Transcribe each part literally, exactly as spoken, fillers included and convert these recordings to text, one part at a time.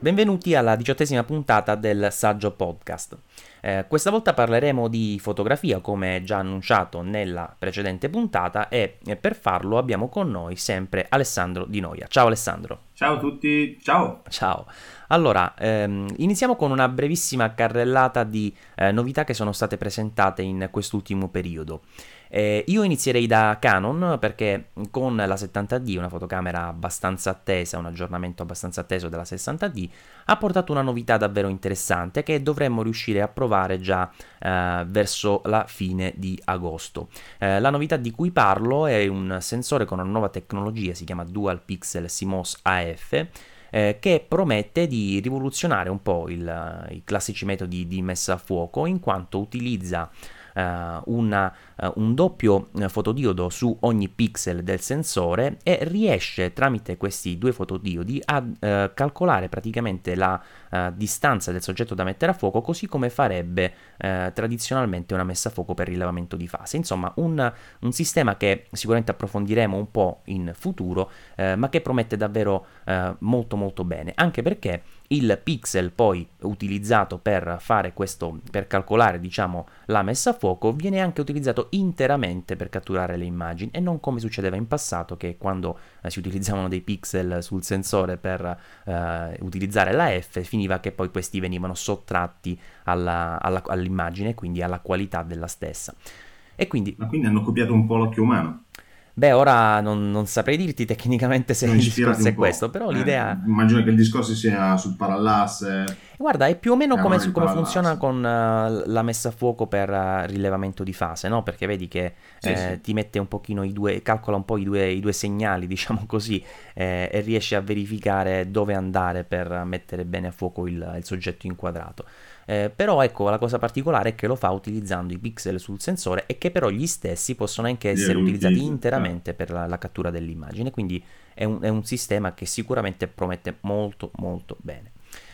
Benvenuti alla diciottesima puntata del Saggio Podcast. Eh, questa volta parleremo di fotografia, come già annunciato nella precedente puntata, e eh, per farlo abbiamo con noi sempre Alessandro Di Noia. Ciao Alessandro. Ciao a tutti, ciao! Ciao. Allora, ehm, iniziamo con una brevissima carrellata di eh, novità che sono state presentate in quest'ultimo periodo. Eh, io inizierei da Canon perché con la settanta D, una fotocamera abbastanza attesa, un aggiornamento abbastanza atteso della sessanta D, ha portato una novità davvero interessante che dovremmo riuscire a provare già eh, verso la fine di agosto. Eh, la novità di cui parlo è un sensore con una nuova tecnologia, si chiama Dual Pixel C M O S A F, eh, che promette di rivoluzionare un po' il, i classici metodi di messa a fuoco, in quanto utilizza Uh, una, uh, un doppio uh, fotodiodo su ogni pixel del sensore e riesce tramite questi due fotodiodi a uh, calcolare praticamente la uh, distanza del soggetto da mettere a fuoco, così come farebbe uh, tradizionalmente una messa a fuoco per rilevamento di fase. Insomma, un, un sistema che sicuramente approfondiremo un po' in futuro, uh, ma che promette davvero uh, molto molto bene, anche perché il pixel poi utilizzato per fare questo, per calcolare diciamo la messa a fuoco, viene anche utilizzato interamente per catturare le immagini, e non come succedeva in passato, che quando eh, si utilizzavano dei pixel sul sensore per eh, utilizzare la F, finiva che poi questi venivano sottratti alla, alla, all'immagine, quindi alla qualità della stessa. E quindi Ma quindi hanno copiato un po' l'occhio umano? Beh, ora non, non saprei dirti tecnicamente se Sono il ispirati discorso un è questo, po'. però Eh, l'idea... immagino che il discorso sia sul parallasse, Guarda, è più o meno come, errore su- di come funziona parallasse. con eh, la messa a fuoco per eh, rilevamento di fase, no? Perché vedi che Sì, eh, sì. ti mette un pochino i due, calcola un po' i due, i due segnali, diciamo così, eh, e riesce a verificare dove andare per mettere bene a fuoco il, il soggetto inquadrato. Eh, però ecco, la cosa particolare è che lo fa utilizzando i pixel sul sensore, e che però gli stessi possono anche Li essere utilizzati riutilizza, certo. interamente per la, la cattura dell'immagine, quindi è un, è un sistema che sicuramente promette molto molto bene.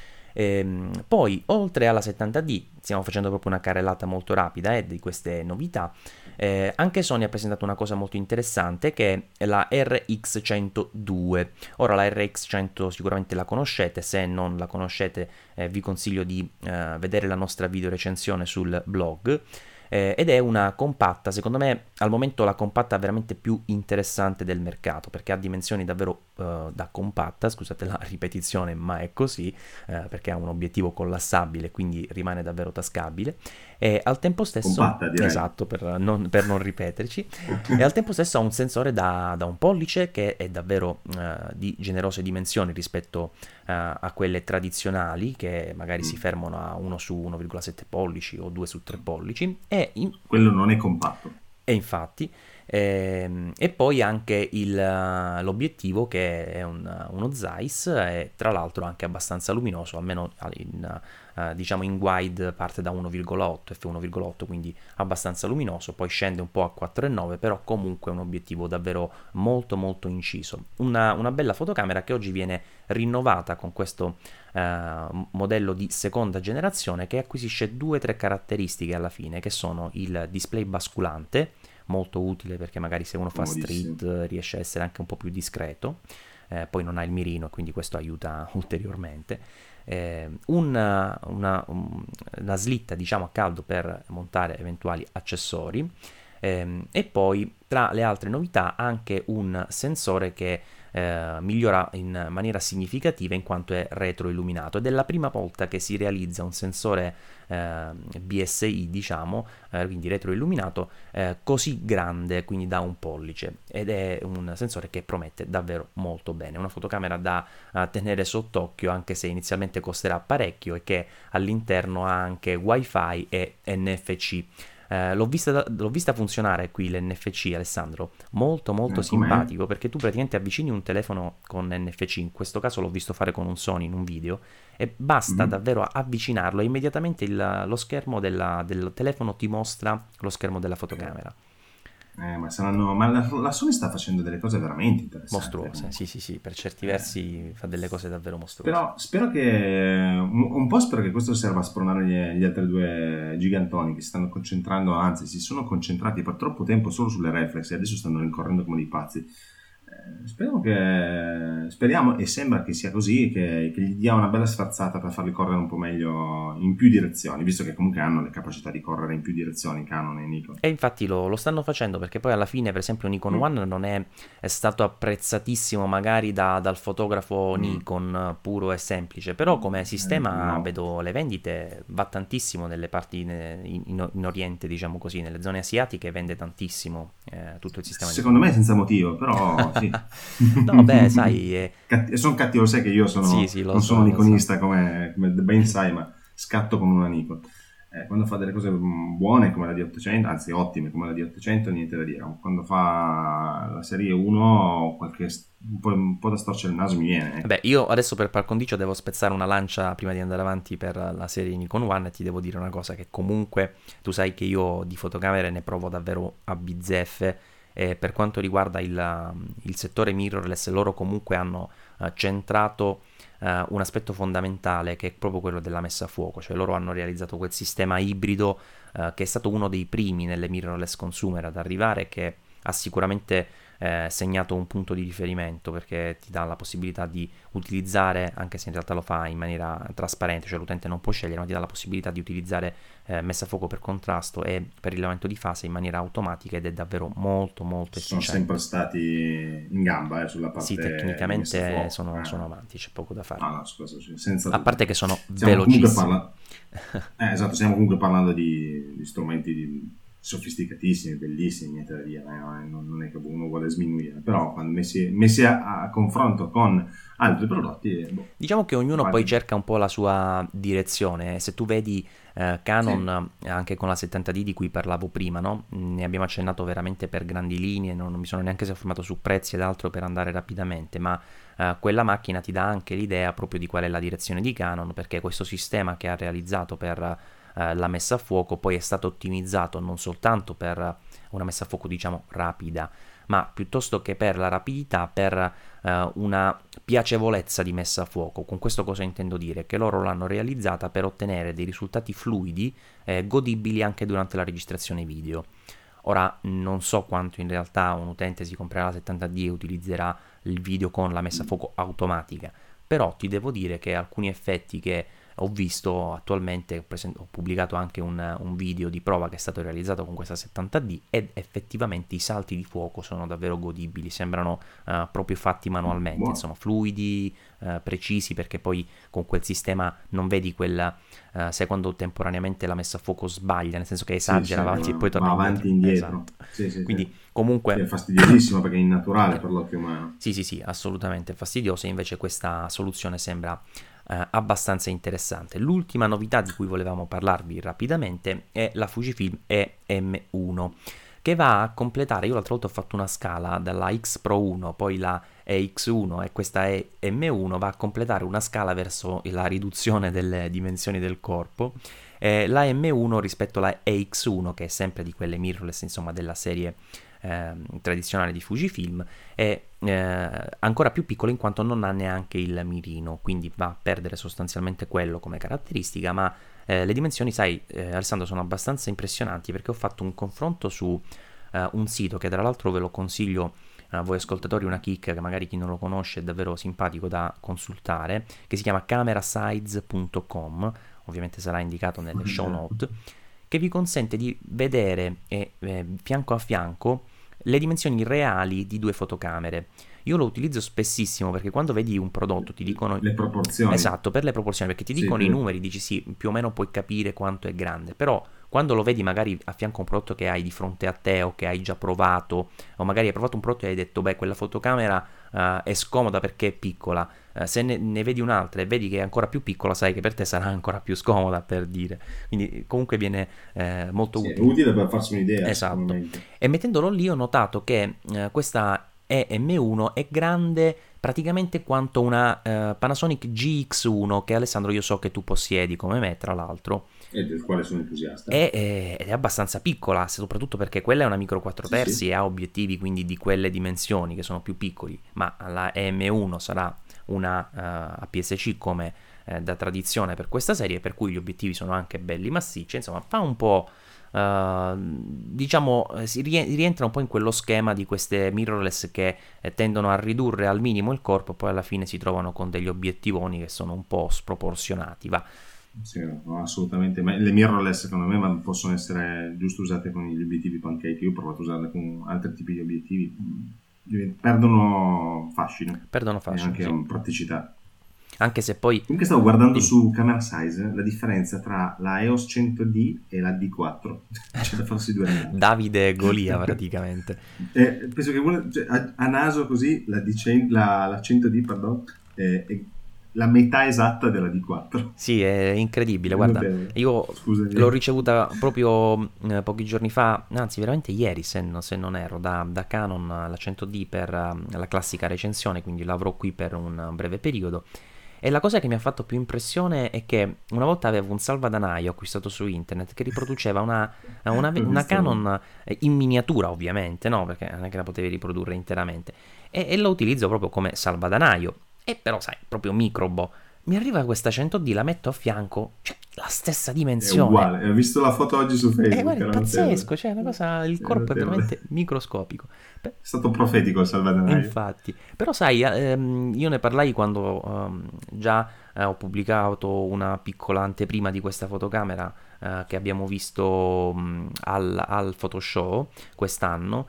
Ehm, poi, oltre alla settanta D, stiamo facendo proprio una carrellata molto rapida eh, di queste novità. Eh, anche Sony ha presentato una cosa molto interessante, che è la R X centodue. Ora, la R X cento sicuramente la conoscete, se non la conoscete eh, vi consiglio di eh, vedere la nostra video recensione sul blog. Eh, ed è una compatta, secondo me al momento la compatta veramente più interessante del mercato, perché ha dimensioni davvero eh, da compatta, scusate la ripetizione, ma è così, eh, perché ha un obiettivo collassabile, quindi rimane davvero tascabile, e al tempo stesso, Compatta, direi. esatto, per non, per non ripeterci, e al tempo stesso ha un sensore da, da un pollice, che è davvero eh, di generose dimensioni rispetto eh, a quelle tradizionali, che magari si Mm. fermano a uno su uno virgola sette pollici o due su tre pollici, e, in- Quello non è compatto. e infatti, ehm, e poi anche il, eh, l'obiettivo, che è un- uno Zeiss, e tra l'altro anche abbastanza luminoso, almeno in, eh, diciamo in wide parte da uno virgola otto, effe uno virgola otto, quindi abbastanza luminoso, poi scende un po' a quattro virgola nove, però comunque è un obiettivo davvero molto molto inciso. Una, una bella fotocamera che oggi viene rinnovata con questo eh, modello di seconda generazione, che acquisisce due o tre caratteristiche alla fine, che sono il display basculante, molto utile perché magari se uno fa Comodissimo. street eh, riesce a essere anche un po' più discreto, eh, poi non ha il mirino, quindi questo aiuta ulteriormente. Eh, una, una, un- una slitta diciamo a caldo per montare eventuali accessori, ehm, e poi tra le altre novità anche un sensore che eh, migliora in maniera significativa in quanto è retroilluminato, ed è la prima volta che si realizza un sensore eh, B S I, diciamo, eh, quindi retroilluminato, eh, così grande, quindi da un pollice, ed è un sensore che promette davvero molto bene, una fotocamera da eh, tenere sott'occhio, anche se inizialmente costerà parecchio, e che all'interno ha anche Wi-Fi e N F C. Eh, l'ho, vista, da- l'ho vista funzionare qui l'N F C, Alessandro, molto molto Eh, com'è? simpatico, perché tu praticamente avvicini un telefono con N F C, in questo caso l'ho visto fare con un Sony in un video, e basta Mhm. davvero avvicinarlo e immediatamente il- lo schermo della- del telefono ti mostra lo schermo della fotocamera. Eh, ma saranno... ma la, la Sony sta facendo delle cose veramente interessanti, eh, Mostruose, sì comunque. sì sì, per certi Eh, versi fa delle cose davvero mostruose. Però spero che un un po' spero che questo serva a spronare gli, gli altri due gigantoni che si stanno concentrando, anzi si sono concentrati per troppo tempo solo sulle reflex e adesso stanno rincorrendo come dei pazzi. Eh, speriamo che speriamo e sembra che sia così, che, che gli dia una bella sferzata per farli correre un po' meglio in più direzioni, visto che comunque hanno le capacità di correre in più direzioni Canon e Nikon. E infatti lo, lo stanno facendo, perché poi alla fine, per esempio, Nikon Mm. One non è, è stato apprezzatissimo magari da- dal fotografo Mm. Nikon eh, puro e semplice, però come Eh, sistema no. vedo le vendite, va tantissimo nelle parti ne- in, in- in Oriente, diciamo così, nelle zone asiatiche vende tantissimo eh, tutto il sistema di Secondo me fotografia. senza motivo, però sì. No, beh, sai, eh, Catti- sono cattivo, sai che io sì, sono, sì, lo non sono so, lo so. nikonista come, come ben sai, ma scatto con una Nikon. Eh, quando fa delle cose mm, buone come la D ottocento, anzi ottime come la D ottocento, niente da dire. Quando fa la serie uno, qualche, un, po', un po' da storcere il naso mi viene. eh. Beh, io adesso per par condicio devo spezzare una lancia prima di andare avanti per la serie Nikon One, e ti devo dire una cosa, che comunque tu sai che io di fotocamere ne provo davvero a bizzeffe, e per quanto riguarda il, il settore mirrorless, loro comunque hanno eh, centrato eh, un aspetto fondamentale, che è proprio quello della messa a fuoco, cioè loro hanno realizzato quel sistema ibrido eh, che è stato uno dei primi nelle mirrorless consumer ad arrivare, che ha sicuramente eh, segnato un punto di riferimento, perché ti dà la possibilità di utilizzare, anche se in realtà lo fa in maniera trasparente, cioè l'utente non può scegliere, ma ti dà la possibilità di utilizzare eh, messa a fuoco per contrasto e per rilevamento di fase in maniera automatica, ed è davvero molto molto Sono sempre efficiente. stati in gamba eh, sulla Sì, parte di messa a tecnicamente fuoco. sono, sono Eh. avanti, c'è poco da fare. No, no, scusa, sì, senza A parte dubbio. che sono Stiamo comunque velocissimi. parlando... Eh, esatto, stiamo comunque parlando di, di strumenti di- sofisticatissimi, bellissimi, niente da dire, eh, non, non è che uno vuole sminuire, però quando messi, messi a, a confronto con altri prodotti, eh, boh, Diciamo che ognuno poi vale. cerca un po' la sua direzione. Se tu vedi eh, Sì, Canon, eh, anche con la settanta D di cui parlavo prima, no? Ne abbiamo accennato veramente per grandi linee, non, non mi sono neanche soffermato su prezzi ed altro per andare rapidamente, ma eh, quella macchina ti dà anche l'idea proprio di qual è la direzione di Canon, perché questo sistema che ha realizzato per eh, la messa a fuoco poi è stato ottimizzato non soltanto per una messa a fuoco, diciamo, rapida, ma piuttosto che per la rapidità, per eh, una piacevolezza di messa a fuoco. Con questo cosa intendo dire? Che loro l'hanno realizzata per ottenere dei risultati fluidi, eh, godibili anche durante la registrazione video. Ora non so quanto in realtà un utente si comprerà la settanta D e utilizzerà il video con la messa a fuoco automatica, però ti devo dire che alcuni effetti che ho visto attualmente, ho, presen- ho pubblicato anche un, un video di prova che è stato realizzato con questa settanta D, ed effettivamente i salti di fuoco sono davvero godibili, sembrano eh, proprio fatti manualmente, buono. insomma fluidi, eh, precisi, perché poi con quel sistema non vedi quella, eh, sai, quando temporaneamente la messa a fuoco sbaglia, nel senso che Sì, esagera, sì, va che avanti e va, poi torna va indietro. avanti e indietro. Esatto. Sì, sì, sì. Quindi Sì, è comunque fastidiosissimo perché è innaturale per l'occhio umano. sì, sì, sì, assolutamente fastidiosa, invece questa soluzione sembra eh, abbastanza interessante. L'ultima novità di cui volevamo parlarvi rapidamente è la Fujifilm E M uno, che va a completare, io l'altra volta ho fatto una scala dalla X Pro uno, poi la E X uno e questa E M uno va a completare una scala verso la riduzione delle dimensioni del corpo. Eh, la M uno rispetto alla E X uno, che è sempre di quelle mirrorless, insomma, della serie ehm, tradizionale di Fujifilm, è eh, ancora più piccolo in quanto non ha neanche il mirino, quindi va a perdere sostanzialmente quello come caratteristica, ma eh, le dimensioni, sai, eh, Alessandro, sono abbastanza impressionanti, perché ho fatto un confronto su eh, un sito che tra l'altro ve lo consiglio a voi ascoltatori, una chicca che magari chi non lo conosce è davvero simpatico da consultare, che si chiama camerasides punto com, ovviamente sarà indicato nelle show note, che vi consente di vedere eh, eh, fianco a fianco le dimensioni reali di due fotocamere. Io lo utilizzo spessissimo, perché quando vedi un prodotto ti dicono... Le proporzioni. Esatto, per le proporzioni, perché ti Sì, dicono i per- numeri, dici sì, più o meno puoi capire quanto è grande, però quando lo vedi magari a fianco a un prodotto che hai di fronte a te o che hai già provato, o magari hai provato un prodotto e hai detto, beh, quella fotocamera uh, è scomoda perché è piccola, uh, se ne, ne vedi un'altra e vedi che è ancora più piccola, sai che per te sarà ancora più scomoda, per dire. Quindi comunque viene eh, molto sì, è utile. utile per farsi un'idea, Esatto. sicuramente. E mettendolo lì ho notato che eh, questa E M uno è grande praticamente quanto una eh, Panasonic G X uno, che Alessandro io so che tu possiedi come me, tra l'altro, E del quale sono entusiasta. è, è- ed è abbastanza piccola, soprattutto perché quella è una micro quattro Sì, sì. terzi e ha obiettivi quindi di quelle dimensioni, che sono più piccoli, ma la E M uno sarà una eh, A P S C come eh, da tradizione per questa serie, per cui gli obiettivi sono anche belli massicci, insomma fa un po' Uh, diciamo si rientra un po' in quello schema di queste mirrorless che eh, tendono a ridurre al minimo il corpo, poi alla fine si trovano con degli obiettivoni che sono un po' sproporzionati, va. Sì, no, assolutamente, ma le mirrorless secondo me possono essere giusto usate con gli obiettivi pancake. Io ho provato a usarle con altri tipi di obiettivi, perdono fascino, perdono fascino e anche sì. praticità. Anche se poi... Comunque stavo guardando Dimmi. su Camera Size la differenza tra la E O S cento D e la D quattro. C'è da farsi due anni. Davide e Golia praticamente. Eh, penso che una, cioè, a, a naso così la, D cento, la, la cento D pardon, è, è la metà esatta della D quattro. Sì, è incredibile, guarda, io Scusami. l'ho ricevuta proprio eh, pochi giorni fa, anzi veramente ieri se, no, se non ero, da, da Canon la cento D per uh, la classica recensione, quindi l'avrò qui per un breve periodo. E la cosa che mi ha fatto più impressione è che una volta avevo un salvadanaio acquistato su internet che riproduceva una, una, una Canon in miniatura, ovviamente, no? Perché non è che la potevi riprodurre interamente. E, e lo utilizzo proprio come salvadanaio. E però, sai, proprio microbo. Mi arriva questa cento D, la metto a fianco, cioè la stessa dimensione. È uguale, ho visto la foto oggi su Facebook. Eh, guarda, è pazzesco, cioè, una cosa, il corpo è, è veramente microscopico. È stato profetico il salvadanaio. Infatti, però sai, ehm, io ne parlai quando ehm, già eh, ho pubblicato una piccola anteprima di questa fotocamera eh, che abbiamo visto mh, al, al Photoshow quest'anno.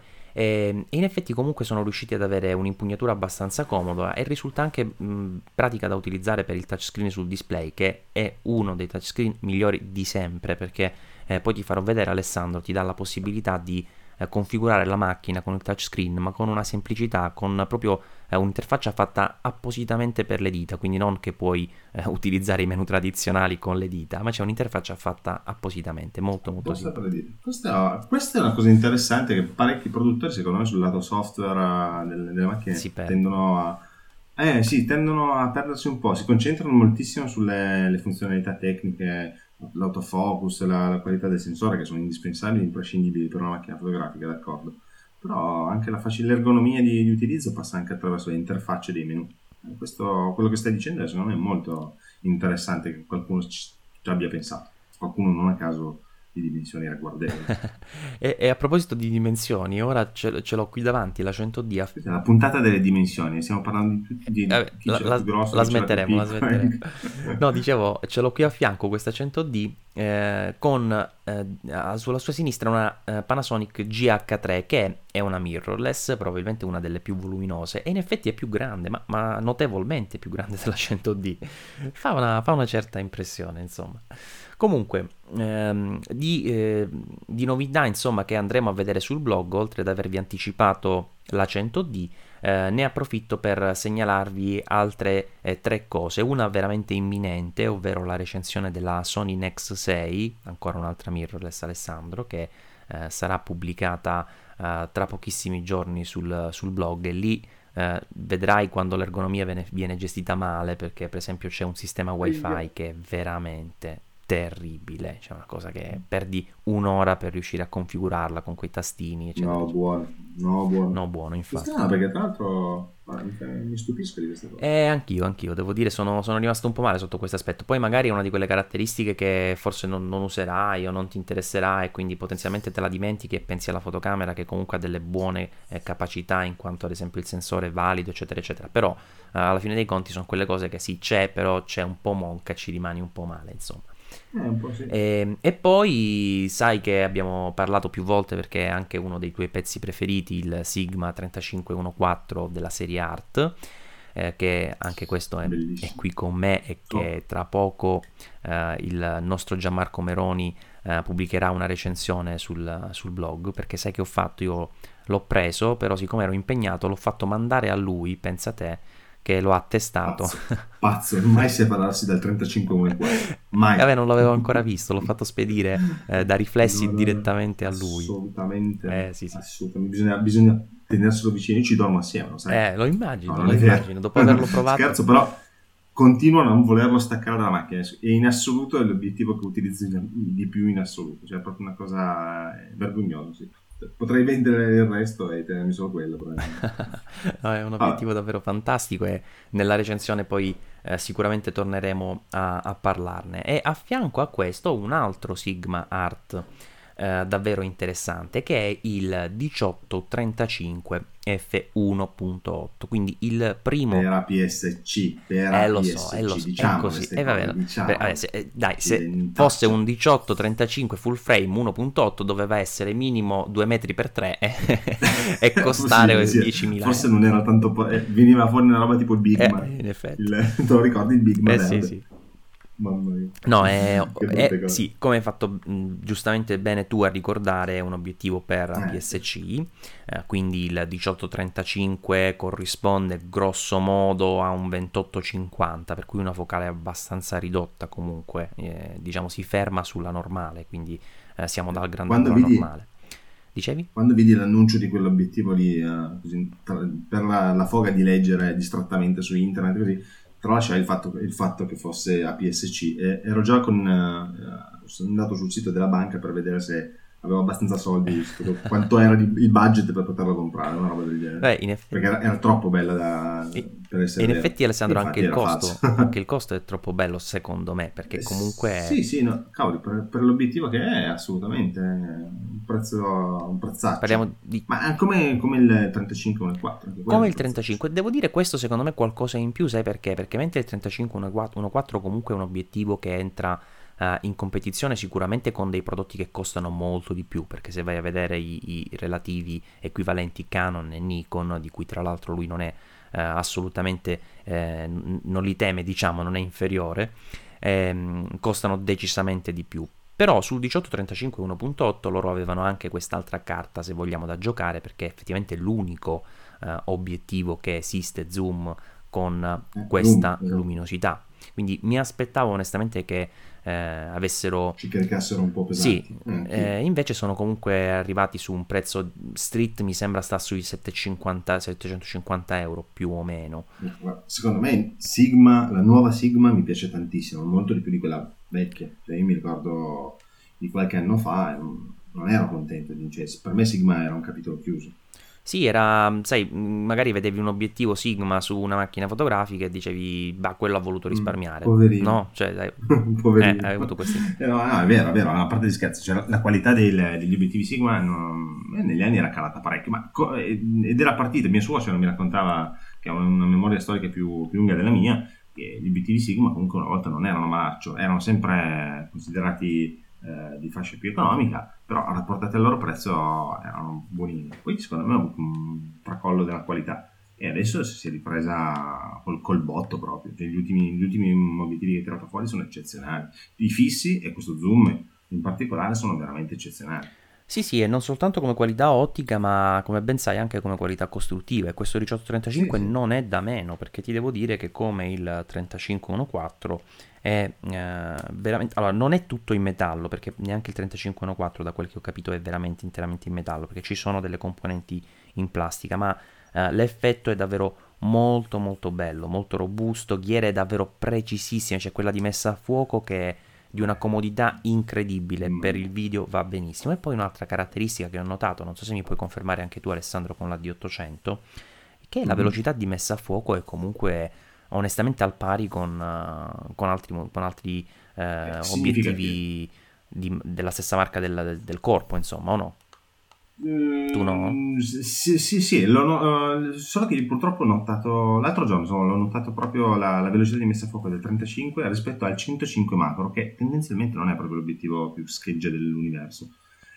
E in effetti comunque sono riusciti ad avere un'impugnatura abbastanza comoda e risulta anche mh, pratica da utilizzare per il touchscreen sul display, che è uno dei touchscreen migliori di sempre, perché eh, poi ti farò vedere, Alessandro, ti dà la possibilità di eh, configurare la macchina con il touchscreen, ma con una semplicità, con proprio eh, un'interfaccia fatta appositamente per le dita, quindi non che puoi eh, utilizzare i menu tradizionali con le dita, ma c'è un'interfaccia fatta appositamente, molto molto semplice. Questa, questa è una cosa interessante che parecchi produttori, secondo me, sul lato software uh, delle, delle macchine si tendono a eh sì, tendono a perdersi un po', si concentrano moltissimo sulle le funzionalità tecniche, l'autofocus, la, la qualità del sensore, che sono indispensabili, imprescindibili per una macchina fotografica, d'accordo, però anche la facile ergonomia di, di utilizzo passa anche attraverso le interfacce dei menu. Questo, quello che stai dicendo, secondo me, è molto interessante che qualcuno ci, ci abbia pensato, qualcuno non a caso di dimensioni ragguardevoli. e, e a proposito di dimensioni, ora ce, ce l'ho qui davanti, la cento D. A... La puntata delle dimensioni, stiamo parlando di, di eh, chi la, la, grosso, la smetteremo, la smetteremo. No, dicevo, ce l'ho qui a fianco questa cento D eh, con eh, sulla sua sinistra una eh, Panasonic G H tre, che è una mirrorless, probabilmente una delle più voluminose, e in effetti è più grande, ma, ma notevolmente più grande della cento D. Fa una, fa una certa impressione, insomma. Comunque, ehm, di, eh, di novità, insomma, che andremo a vedere sul blog, oltre ad avervi anticipato la cento D, eh, ne approfitto per segnalarvi altre eh, tre cose. Una veramente imminente, ovvero la recensione della Sony Nex sei, ancora un'altra mirrorless, Alessandro, che eh, sarà pubblicata eh, tra pochissimi giorni sul, sul blog, e lì eh, vedrai quando l'ergonomia viene, viene gestita male, perché per esempio c'è un sistema wifi che è veramente terribile, c'è una cosa che perdi un'ora per riuscire a configurarla con quei tastini, eccetera. No, buono, no, buono. No, buono, infatti. No, perché tra l'altro mi stupisco di queste cose. Eh, anch'io, anch'io, devo dire, sono, sono rimasto un po' male sotto questo aspetto. Poi magari è una di quelle caratteristiche che forse non, non userai o non ti interesserà, e quindi potenzialmente te la dimentichi e pensi alla fotocamera, che comunque ha delle buone eh, capacità, in quanto ad esempio il sensore è valido, eccetera, eccetera. Però eh, alla fine dei conti sono quelle cose che sì, c'è, però c'è un po' monca, ci rimani un po' male, insomma. Eh, un po' sì. E, e poi sai che abbiamo parlato più volte, perché è anche uno dei tuoi pezzi preferiti, il Sigma trentacinque quattordici della serie Art, eh, che anche questo è, è qui con me, e che tra poco eh, il nostro Gianmarco Meroni eh, pubblicherà una recensione sul, sul blog, perché sai che ho fatto, io l'ho preso, però siccome ero impegnato l'ho fatto mandare a lui, pensa te, che lo ha testato. Pazzo, pazzo, mai separarsi dal trentacinque quattordici, mai. Vabbè, non l'avevo ancora visto, l'ho fatto spedire eh, da Riflessi no, no, direttamente no, a lui. Assolutamente, eh, sì, sì. assolutamente. Bisogna, bisogna tenerselo vicino, io ci dormo assieme, lo sai? Eh, lo immagino, no, lo immagino, dopo averlo provato. Scherzo, però continuo a non volerlo staccare dalla macchina, e in assoluto è l'obiettivo che utilizzo di più in assoluto, cioè è proprio una cosa vergognosa, sì. Potrei vendere il resto e tenermi solo quello. No, è un obiettivo ah. davvero fantastico, e nella recensione poi eh, sicuramente torneremo a, a parlarne. E a fianco a questo un altro Sigma Art eh, davvero interessante, che è il diciotto trentacinque effe uno punto otto, quindi il primo. Per A P S C, per Eh lo so, eh, lo A P S C, so, è diciamo così, queste e vabbè, cose, no. Beh, vabbè, diciamo, se- eh, dai, se fosse un accidentaccio. diciotto trentacinque full frame uno punto otto doveva essere minimo due metri per tre e, e Possibile, costare sì. diecimila Forse euro. non era tanto, po- eh, veniva fuori una roba tipo il Bigma, Eh, in effetti. il, te lo ricordi il Bigma Eh sì, verde? sì. Mamma mia, No, è, che brutte è- cose. sì, come hai fatto mh, giustamente bene tu a ricordare, è un obiettivo per Eh sì. A P S C, eh, quindi il diciotto trentacinque corrisponde grosso modo a un ventotto cinquanta, per cui una focale abbastanza ridotta comunque, eh, diciamo si ferma sulla normale, quindi eh, siamo dal Quando grandangolo vidi, normale. Dicevi? quando vidi l'annuncio di quell'obiettivo lì, eh, così, tra- per la, la foga di leggere distrattamente su internet, così, tralasciai il fatto, il fatto che fosse A P S C e ero già con, eh, sono andato sul sito della banca per vedere se avevo abbastanza soldi, quanto era di- il budget per poterlo comprare, una roba del genere. Beh, in Perché effetti. era, era troppo bella da, E per e essere in vero. effetti E Alessandro anche infatti il era falso. costo, anche il costo è troppo bello secondo me, perché Eh, comunque Sì, sì, no, cavoli, per, per l'obiettivo che è, assolutamente un prezzo, un prezzaccio. parliamo di. Ma è come, come il trentacinque uno virgola quattro, anche quello è Come un il prezzaccio. trentacinque, devo dire questo secondo me è qualcosa in più, sai perché? Perché mentre il trentacinque uno virgola quattro comunque è un obiettivo che entra eh, in competizione sicuramente con dei prodotti che costano molto di più, perché se vai a vedere i, i relativi equivalenti Canon e Nikon, di cui tra l'altro lui non è eh, assolutamente, eh, n- non li teme, diciamo, non è inferiore, ehm, costano decisamente di più. Però sul diciotto trentacinque uno punto otto loro avevano anche quest'altra carta, se vogliamo, da giocare, perché è effettivamente l'unico eh, obiettivo che esiste zoom con eh, Eh, Zoom, questa esatto. luminosità. Quindi mi aspettavo onestamente che eh, avessero. Ci caricassero un po' Sì, pesanti, eh, anch'io. eh, invece sono comunque arrivati su un prezzo street, mi sembra sta sui settecentocinquanta settecentocinquanta euro più o meno. Guarda, secondo me Sigma, la nuova Sigma mi piace tantissimo, molto di più di quella vecchia. Cioè, io mi ricordo di qualche anno fa e non, non ero contento di cioè, per me Sigma era un capitolo chiuso. Sì, era, sai, magari vedevi un obiettivo Sigma su una macchina fotografica e dicevi, bah, quello ha voluto Mm, risparmiare. poverino. No? Cioè, dai, eh, Poverino. hai avuto questi. Eh, no, no, è vero, è vero, a parte di scherzi, cioè, la, la qualità del- degli obiettivi Sigma non- eh, negli anni era calata parecchio, ma co- eh, ed era partita, mia suocera mi raccontava che ha una memoria storica più, più lunga della mia, che gli obiettivi Sigma comunque una volta non erano marcio, erano sempre considerati eh, di fascia più economica, però rapportati al loro prezzo erano buoni. Poi secondo me è un tracollo della qualità. E adesso si è ripresa col, col botto proprio. Cioè, gli, ultimi, gli ultimi obiettivi che hai tirato fuori sono eccezionali. I fissi e questo zoom in particolare sono veramente eccezionali. Sì, sì, e non soltanto come qualità ottica, ma come ben sai anche come qualità costruttiva. E questo diciotto Sì, trentacinque sì. non è da meno, perché ti devo dire che come il trentacinque uno virgola quattro è eh, veramente. Allora, non è tutto in metallo, perché neanche il trentacinque uno virgola quattro, da quel che ho capito, è veramente interamente in metallo, perché ci sono delle componenti in plastica, ma eh, l'effetto è davvero molto molto bello, molto robusto, ghiere davvero precisissime, c'è quella di messa a fuoco che è di una comodità incredibile, per Mm, il video va benissimo. E poi un'altra caratteristica che ho notato, non so se mi puoi confermare anche tu Alessandro con la D ottocento, che la mhm. velocità di messa a fuoco è comunque onestamente al pari con, uh, con altri, con altri È uh, significativo. obiettivi di- della stessa marca del, del corpo, insomma, o no? Tu no? Mm, sì, sì, sì, l'ho no- eh, solo che purtroppo ho notato l'altro giorno, insomma, l'ho notato proprio la, la velocità di messa a fuoco del trentacinque rispetto al centocinque macro, che tendenzialmente non è proprio l'obiettivo più scheggia dell'universo.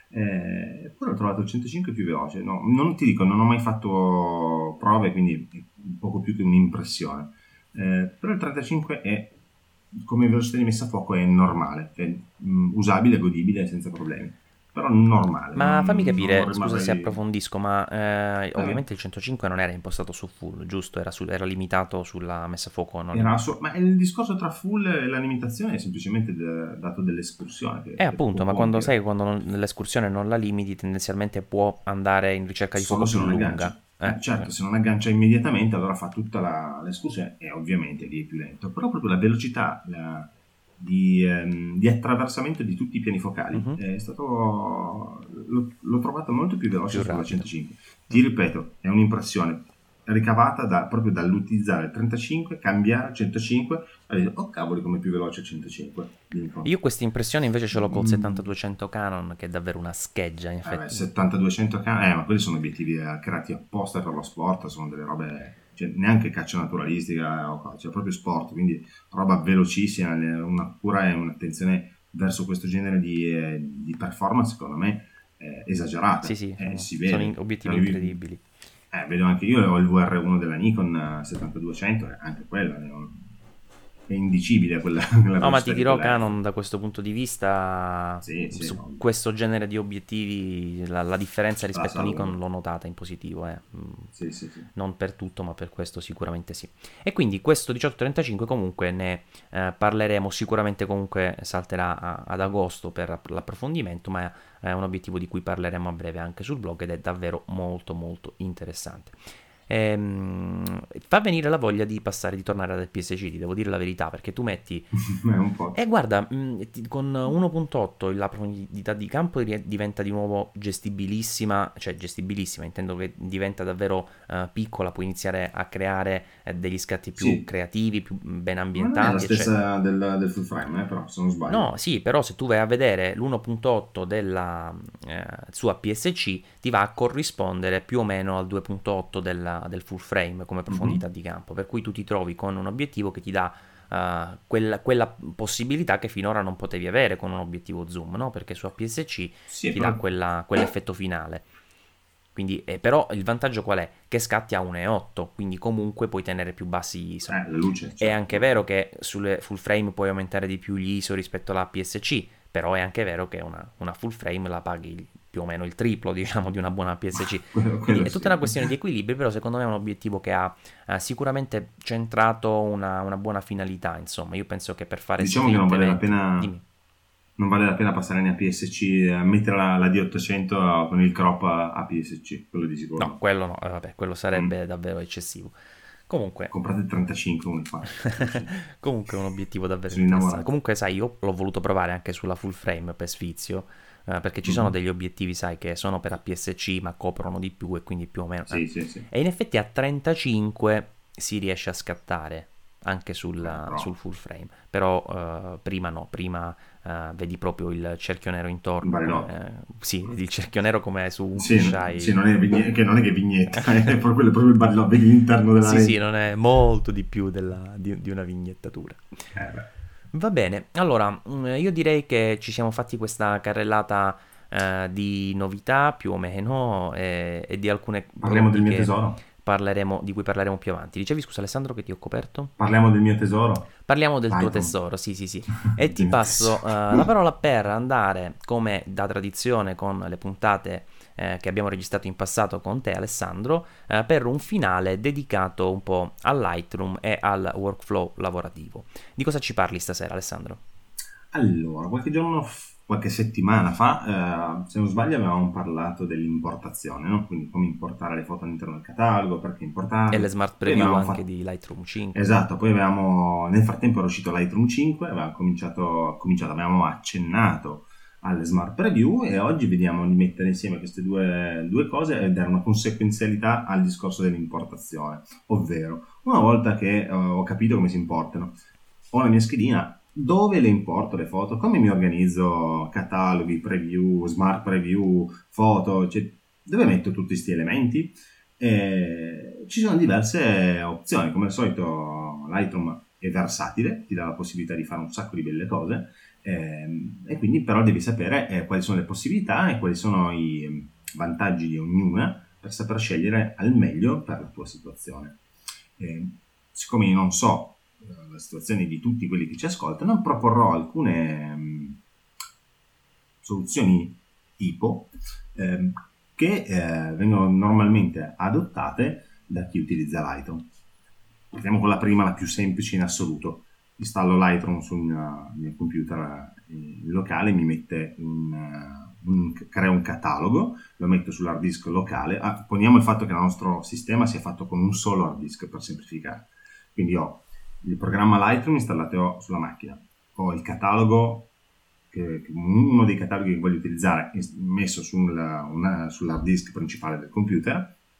Eh, poi ho trovato il centocinque più veloce. No, non ti dico, non ho mai fatto prove, quindi è un poco più che un'impressione. Eh, però il trentacinque è come velocità di messa a fuoco è normale, cioè, mm, usabile, godibile senza problemi. Però normale, Ma fammi non, non capire, scusa se rimarrei. approfondisco, ma eh, Eh, ovviamente il centocinque non era impostato su full, giusto? Era, su- era limitato sulla messa a fuoco non era lim- so- ma il discorso tra full e la limitazione è semplicemente de- dato dell'escursione che, Eh che può appunto, ma quando compiere. sai, quando non- l'escursione non la limiti, tendenzialmente può andare in ricerca di Solo fuoco se più non aggancia. lunga. Eh, Eh, eh. certo, se non aggancia immediatamente allora fa tutta la, l'escursione e ovviamente lì è più lento. Però proprio la velocità la- di, ehm, di attraversamento di tutti i piani focali Mhm. è stato, l'ho, l'ho trovato molto più veloce Più sulla rapido. centocinque. Mm. Ti ripeto, è un'impressione. ricavata da, proprio dall'utilizzare il trentacinque, cambiare al centocinque, e dire, oh cavoli, come più veloce il centocinque. Io questa impressione invece ce l'ho col Mm. settantaduecento Canon, che è davvero una scheggia, in Eh beh, effetti. settantaduecento K, eh, ma quelli sono obiettivi eh, creati apposta per lo sport, sono delle robe, cioè, neanche caccia naturalistica, o cioè proprio sport, quindi roba velocissima, le- una cura e un'attenzione verso questo genere di, eh, di performance, secondo me, eh, esagerata. Sì, sì, Eh, sono, si sono vede. in- obiettivi Cioè, io- incredibili. eh, vedo anche io, ho il V R uno della Nikon eh, settantaduecento, e anche quella è, un- è indicibile quella, quella No, ma ti velocità di dirò, quella F. Canon da questo punto di vista, Sì, sì, su no, questo genere di obiettivi, la, la differenza la rispetto a Nikon salvo. l'ho notata in positivo, eh. Mm, Sì, sì, sì. non per tutto, ma per questo sicuramente sì. E quindi questo diciotto trentacinque comunque ne eh, parleremo, sicuramente comunque salterà a- ad agosto per l'approfondimento, ma è un obiettivo di cui parleremo a breve anche sul blog ed è davvero molto molto interessante. Ehm, fa venire la voglia di passare, di tornare ad P S C, ti devo dire la verità, perché tu metti È un po'. e guarda, mh, ti- con uno punto otto la profondità di campo ri- diventa di nuovo gestibilissima, cioè gestibilissima, intendo che diventa davvero eh, piccola, puoi iniziare a creare eh, degli scatti più Sì, creativi, più ben ma non è la ambientati, eccetera. stessa del, del full frame, eh, però, se non sbaglio. No, sì, però se tu vai a vedere l'uno punto otto della eh, sua P S C ti va a corrispondere più o meno al due punto otto della- del full frame come profondità Mhm. di campo, per cui tu ti trovi con un obiettivo che ti dà eh, quella, quella possibilità che finora non potevi avere con un obiettivo zoom, no? Perché su A P S C Sì, ti dà però quella- quell'effetto finale. Quindi, eh, però il vantaggio qual è? Che scatti a uno virgola otto, quindi comunque puoi tenere più bassi gli I S O. eh, la luce, È certo. anche vero che sulle full frame puoi aumentare di più gli I S O rispetto alla P S C, però è anche vero che una, una full frame la paghi più o meno il triplo, diciamo, di una buona P S C. quello, Quindi quello è sì. tutta una questione di equilibrio, però secondo me è un obiettivo che ha eh, sicuramente centrato una, una buona finalità, insomma. Io penso che per fare Diciamo che street non vale la event... pena, Dimmi. non vale la pena passare né a P S C, eh, mettere la, la D ottocento con il crop a, a P S C, quello di sicuro No, no. quello no, eh, vabbè, quello Mm. sarebbe davvero eccessivo. Comunque, Comprate il trentacinque, uno fa. comunque è un obiettivo davvero Sono interessante. innamorato. Comunque, sai, io l'ho voluto provare anche sulla full frame per sfizio, eh, perché ci sono Mhm. degli obiettivi, sai, che sono per A P S C ma coprono di più e quindi più o meno... eh. Sì, sì, sì. E in effetti a trentacinque si riesce a scattare anche sul, Eh, però, sul full frame, però eh, prima no, prima eh, vedi proprio il cerchio nero un intorno, barilotto. come, eh, sì, vedi il cerchio nero come su un Sì, n- fisheye. sì, non è, vigne- che non è che vignetta, è proprio, è proprio il barilotto, vedi l'interno della Sì, sì, lente. non è molto di più della- di, di una vignettatura. Eh, beh. Va bene, allora mm, io direi che ci siamo fatti questa carrellata eh, di novità più o meno e, e di alcune Parliamo del prodotti mio che tesoro? parleremo, di cui parleremo più avanti. Dicevi, scusa Alessandro, che ti ho coperto? Parliamo del mio tesoro? Parliamo del tuo Lightroom. tesoro, sì, sì, sì. E ti Del mio passo eh, tesoro. la parola per andare, come da tradizione con le puntate eh, che abbiamo registrato in passato con te, Alessandro, eh, per un finale dedicato un po' al Lightroom e al workflow lavorativo. Di cosa ci parli stasera, Alessandro? Allora, qualche giorno, f- qualche settimana fa, eh, se non sbaglio, avevamo parlato dell'importazione, no? Quindi come importare le foto all'interno del catalogo, perché E importarle. le smart Poi preview avevamo anche fatto... di Lightroom cinque. Esatto, poi avevamo, nel frattempo era uscito Lightroom cinque, avevamo cominciato, cominciato, avevamo accennato alle smart preview e oggi vediamo di mettere insieme queste due, due cose e dare una conseguenzialità al discorso dell'importazione. Ovvero, una volta che eh, ho capito come si importano, ho la mia schedina, dove le importo le foto, come mi organizzo cataloghi, preview, smart preview, foto, cioè, dove metto tutti questi elementi? E ci sono diverse opzioni, come al solito Lightroom è versatile, ti dà la possibilità di fare un sacco di belle cose, ehm, e quindi però devi sapere eh, quali sono le possibilità e quali sono i vantaggi di ognuna per saper scegliere al meglio per la tua situazione. Eh, siccome io non so eh, la situazione di tutti quelli che ci ascoltano, proporrò alcune mh, soluzioni tipo ehm, che eh, vengono normalmente adottate da chi utilizza Lightroom. Partiamo con la prima, la più semplice in assoluto. Installo Lightroom sul mio, mio computer eh, locale, mi mette un, uh, un, crea un catalogo, lo metto sull'hard disk locale. Ah, poniamo il fatto che il nostro sistema sia fatto con un solo hard disk per semplificare. Quindi ho il programma Lightroom installato sulla macchina, ho il catalogo, che, che uno dei cataloghi che voglio utilizzare messo sul, una, sull'hard disk principale del computer,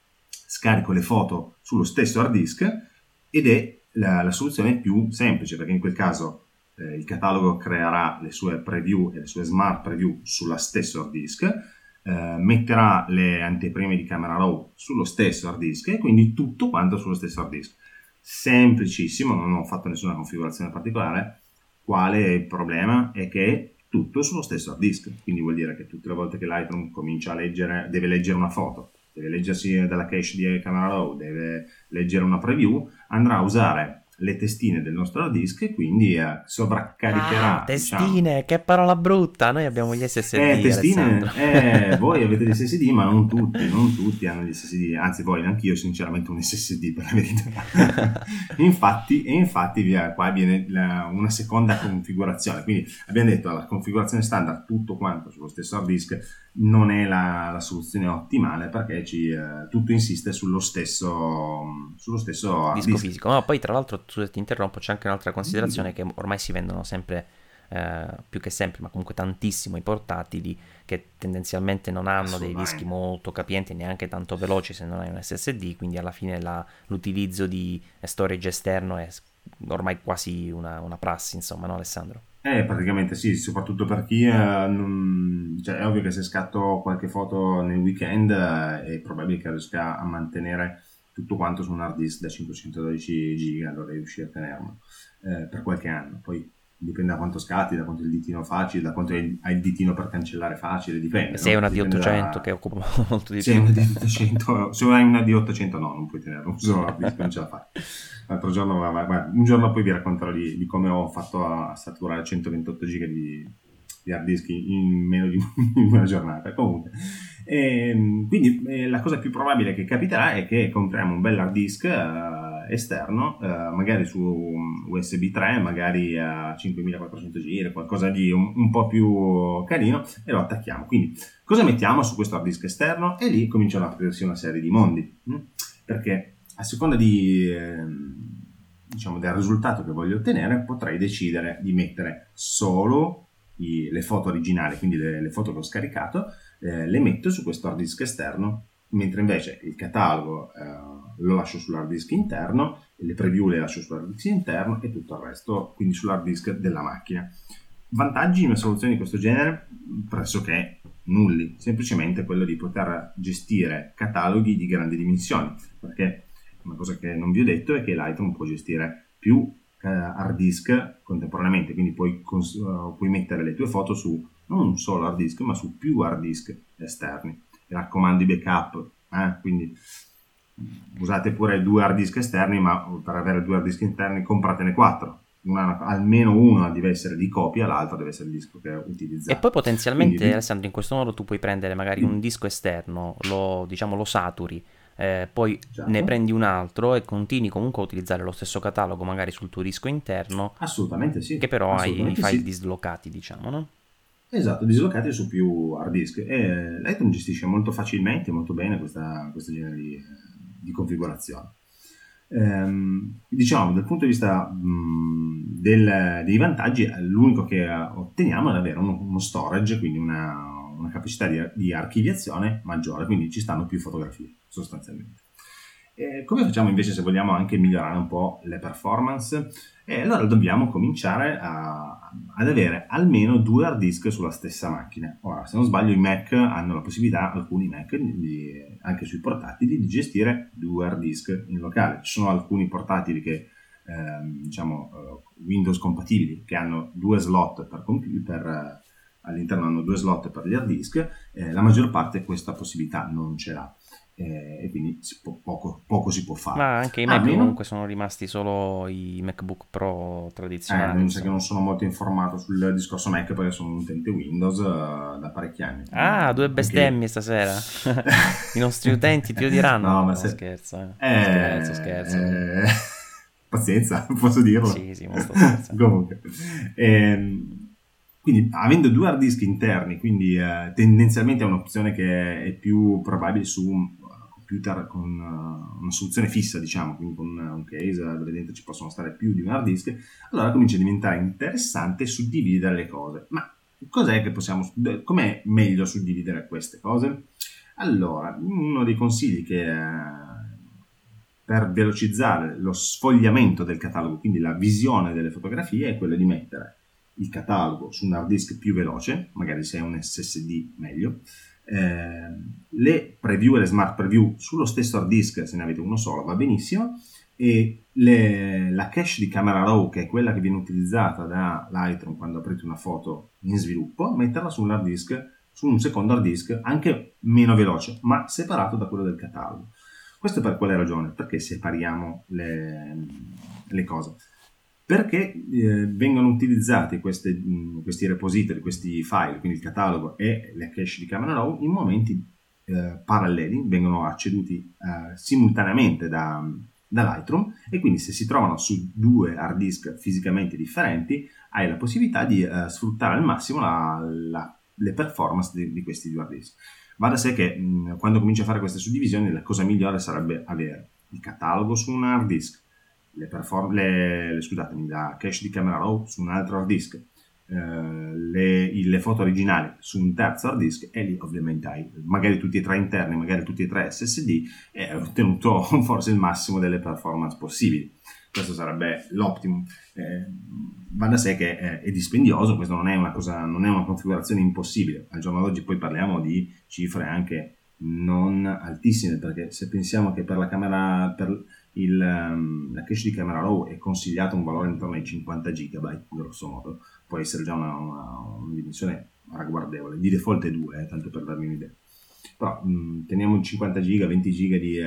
scarico le foto sullo stesso hard disk ed è la, la soluzione più semplice, perché in quel caso eh, il catalogo creerà le sue preview e le sue smart preview sulla stesso hard disk, eh, metterà le anteprime di camera raw sullo stesso hard disk e quindi tutto quanto sullo stesso hard disk. Semplicissimo, non ho fatto nessuna configurazione particolare. Quale è il problema? È che è tutto sullo stesso hard disk, quindi vuol dire che tutte le volte che Lightroom comincia a leggere, deve leggere una foto, deve leggersi dalla cache di camera raw, deve leggere una preview, andrà a usare le testine del nostro hard disk e quindi eh, sovraccaricherà. Ah, testine, diciamo. Che parola brutta! Noi abbiamo gli S S D, Eh, testine, Alessandro. eh, voi avete gli S S D, ma non tutti, non tutti hanno gli S S D, anzi voi, neanche io sinceramente un S S D per la verità. infatti, e infatti via, qua viene la, una seconda configurazione, quindi abbiamo detto la configurazione standard, tutto quanto sullo stesso hard disk, non è la, la soluzione ottimale perché ci, eh, tutto insiste sullo stesso, sullo stesso hard Disco disk. fisico. Ma poi tra l'altro, scusa se ti interrompo, c'è anche un'altra considerazione, che ormai si vendono sempre, eh, più che sempre, ma comunque tantissimo, i portatili, che tendenzialmente non hanno dei dischi molto capienti, neanche tanto veloci se non hai un S S D, quindi alla fine la, l'utilizzo di storage esterno è ormai quasi una, una prassi, insomma, no Alessandro? Eh, praticamente sì, soprattutto per chi eh, non, cioè, è ovvio che se scatto qualche foto nel weekend eh, è probabile che riesca a mantenere tutto quanto su un hard disk da cinquecentododici giga, allora riuscire a tenerlo eh, per qualche anno. Poi dipende da quanto scatti, da quanto il ditino facile, da quanto hai il ditino per cancellare facile, dipende. Se hai no? una D ottocento da... che occupa molto di se più. Una D ottocento, se hai una D ottocento no, non puoi tenerlo, solo hard disk, non ce la fai. L'altro giorno, guarda, un giorno poi vi racconterò di, di come ho fatto a saturare centoventotto giga di, di hard disk in meno di una giornata. Comunque, e, quindi eh, la cosa più probabile che capiterà è che compriamo un bel hard disk eh, esterno, eh, magari su U S B tre, magari a cinquemilaquattrocento giri, qualcosa di un, un po' più carino, e lo attacchiamo. Quindi, cosa mettiamo su questo hard disk esterno? E lì cominciano ad aprirsi una serie di mondi, hm? Perché a seconda di, eh, diciamo, del risultato che voglio ottenere, potrei decidere di mettere solo i, le foto originali, quindi le, le foto che ho scaricato, eh, le metto su questo hard disk esterno, mentre invece il catalogo eh, lo lascio sull'hard disk interno, le preview le lascio sull'hard disk interno e tutto il resto quindi sull'hard disk della macchina. Vantaggi di una soluzione di questo genere? Pressoché nulli, semplicemente quello di poter gestire cataloghi di grandi dimensioni, perché una cosa che non vi ho detto è che Lightroom può gestire più eh, hard disk contemporaneamente, quindi puoi, cons- uh, puoi mettere le tue foto su non un solo hard disk, ma su più hard disk esterni. Mi raccomando i backup, eh? Quindi usate pure due hard disk esterni, ma per avere due hard disk interni compratene quattro. Una, almeno uno deve essere di copia, l'altro deve essere il disco che utilizzate. E poi potenzialmente, Quindi, Alessandro, in questo modo tu puoi prendere magari un disco esterno, lo, diciamo, lo saturi, eh, poi certo. ne prendi un altro e continui comunque a utilizzare lo stesso catalogo magari sul tuo disco interno. Assolutamente sì. Che però hai i file sì. dislocati, diciamo, no? Esatto, dislocati su più hard disk. E Lightroom gestisce molto facilmente, molto bene questa, questo genere di, di configurazione. Ehm, diciamo, dal punto di vista mh, del, dei vantaggi, l'unico che otteniamo è avere uno, uno storage, quindi una, una capacità di, di archiviazione maggiore, quindi ci stanno più fotografie sostanzialmente. E come facciamo invece se vogliamo anche migliorare un po' le performance? E allora dobbiamo cominciare a, ad avere almeno due hard disk sulla stessa macchina. Ora, se non sbaglio, i Mac hanno la possibilità, alcuni Mac, di, anche sui portatili, di gestire due hard disk in locale. Ci sono alcuni portatili che, ehm, diciamo, uh, Windows compatibili, che hanno due slot per computer, uh, all'interno hanno due slot per gli hard disk, eh, la maggior parte questa possibilità non ce l'ha. Eh, e quindi si può, poco, poco si può fare. Ma anche i Mac ah, comunque sono rimasti solo i MacBook Pro tradizionali. Eh, mi sa che non sono molto informato sul discorso Mac perché sono un utente Windows uh, da parecchi anni. Ah, due bestemmie okay. Stasera. I nostri utenti ti odieranno. No, no, ma se... scherzo, eh. Eh, scherzo, scherzo. Eh... Pazienza, posso dirlo? Sì, sì, molto scherzo. Comunque. Ehm... Quindi avendo due hard disk interni, quindi eh, tendenzialmente è un'opzione che è più probabile su un computer con uh, una soluzione fissa, diciamo, quindi con uh, un case dove dentro ci possono stare più di un hard disk, allora comincia a diventare interessante suddividere le cose. Ma cos'è che possiamo, com'è meglio suddividere queste cose? Allora, uno dei consigli che, uh, per velocizzare lo sfogliamento del catalogo, quindi la visione delle fotografie, è quello di mettere il catalogo su un hard disk più veloce, magari se è un S S D meglio, eh, le preview e le smart preview sullo stesso hard disk, se ne avete uno solo va benissimo, e le, la cache di camera raw, che è quella che viene utilizzata da Lightroom quando aprite una foto in sviluppo, metterla su un hard disk, su un secondo hard disk anche meno veloce, ma separato da quello del catalogo. Questo per quale ragione? Perché separiamo le, le cose? Perché eh, vengono utilizzati queste, mh, questi repository, questi file, quindi il catalogo e le cache di camera raw, in momenti eh, paralleli, vengono acceduti eh, simultaneamente da, da Lightroom, e quindi se si trovano su due hard disk fisicamente differenti, hai la possibilità di eh, sfruttare al massimo la, la, le performance di, di questi due hard disk. Va da sé che mh, quando cominci a fare queste suddivisioni, la cosa migliore sarebbe avere il catalogo su un hard disk, le, perform- le, le, scusatemi, la cache di camera raw su un altro hard disk, eh, le, le foto originali su un terzo hard disk, e lì ovviamente hai magari tutti e tre interni, magari tutti e tre S S D, e hai ottenuto forse il massimo delle performance possibili. Questo sarebbe l'optimum. Eh, va da sé che è, è dispendioso, questo non è una cosa, non è una configurazione impossibile. Al giorno d'oggi poi parliamo di cifre anche non altissime, perché se pensiamo che per la camera, per il, um, la cache di camera raw è consigliato un valore intorno ai cinquanta giga, grosso modo, può essere già una, una, una dimensione ragguardevole. Di default è due, eh, tanto per darvi un'idea. Però mh, teniamo cinquanta giga, venti giga di,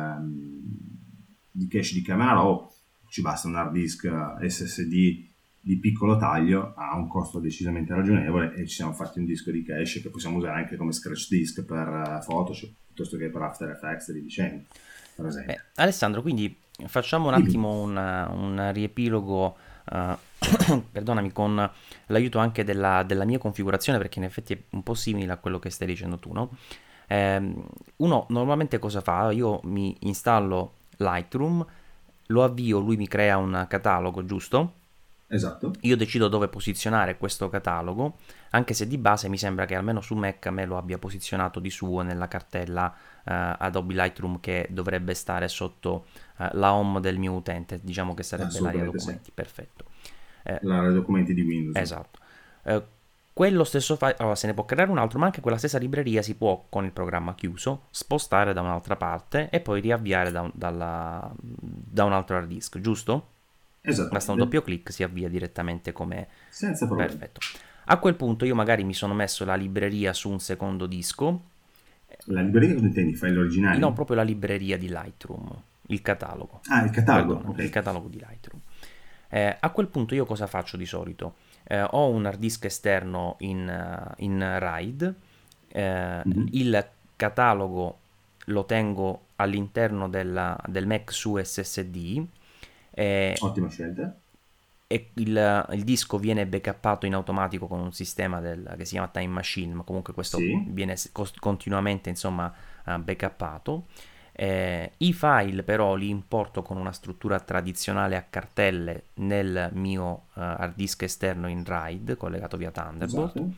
uh, di cache di camera raw, ci basta un hard disk S S D di piccolo taglio a un costo decisamente ragionevole, e ci siamo fatti un disco di cache che possiamo usare anche come scratch disk per Photoshop piuttosto che per After Effects e via dicendo, per esempio. Beh, Alessandro, quindi facciamo un attimo un, un riepilogo, uh, perdonami, con l'aiuto anche della, della mia configurazione, perché in effetti è un po' simile a quello che stai dicendo tu, no? Eh, uno normalmente cosa fa? Io mi installo Lightroom, lo avvio, lui mi crea un catalogo, giusto? Esatto. Io decido dove posizionare questo catalogo, anche se di base mi sembra che almeno su Mac me lo abbia posizionato di suo nella cartella uh, Adobe Lightroom, che dovrebbe stare sotto uh, la home del mio utente, diciamo che sarebbe l'area documenti, sì. Perfetto. Eh, l'area documenti di Windows. Esatto. Uh, quello stesso file, allora se ne può creare un altro, ma anche quella stessa libreria si può, con il programma chiuso, spostare da un'altra parte e poi riavviare da un, dalla, da un altro hard disk, giusto? Esatto. Basta un doppio clic, si avvia direttamente come... Senza problemi. Perfetto. A quel punto io magari mi sono messo la libreria su un secondo disco. La libreria cosa intendi? File originali? No, proprio la libreria di Lightroom, il catalogo. Ah, il catalogo. Perdona, okay. Il catalogo di Lightroom. Eh, a quel punto io cosa faccio di solito? Eh, ho un hard disk esterno in, uh, in RAID, eh, mm-hmm. il catalogo lo tengo all'interno della, del Mac su S S D. Eh, Ottima scelta. E il, il disco viene backuppato in automatico con un sistema del, che si chiama Time Machine, ma comunque questo sì. viene cost- continuamente insomma uh, backuppato. Eh, I file però li importo con una struttura tradizionale a cartelle nel mio uh, hard disk esterno in RAID collegato via Thunderbolt. Esatto.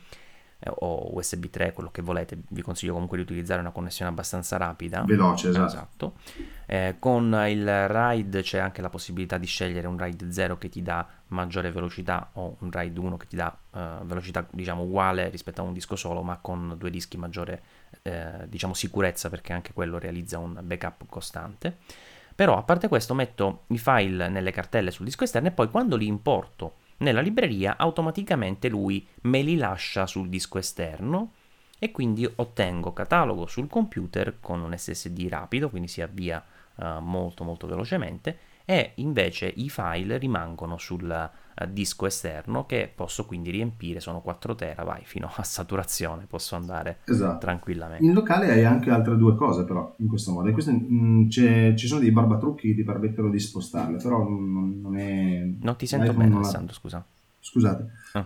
O U S B tre, quello che volete. Vi consiglio comunque di utilizzare una connessione abbastanza rapida, veloce, esatto, esatto. Eh, con il RAID c'è anche la possibilità di scegliere un RAID zero che ti dà maggiore velocità, o un RAID uno che ti dà uh, velocità diciamo uguale rispetto a un disco solo, ma con due dischi maggiore eh, diciamo sicurezza, perché anche quello realizza un backup costante. Però a parte questo metto i file nelle cartelle sul disco esterno, e poi quando li importo nella libreria automaticamente lui me li lascia sul disco esterno, e quindi ottengo catalogo sul computer con un S S D rapido, quindi si avvia uh, molto molto velocemente, e invece i file rimangono sul uh, disco esterno, che posso quindi riempire, sono quattro tera, vai, fino a saturazione, posso andare esatto. tranquillamente. In locale hai anche altre due cose però in questo modo, e questo, mh, c'è, ci sono dei barbatrucchi che ti permettono di spostarle, però non, non è... Non ti sento bene, Alessandro, scusa. Scusate. Ah.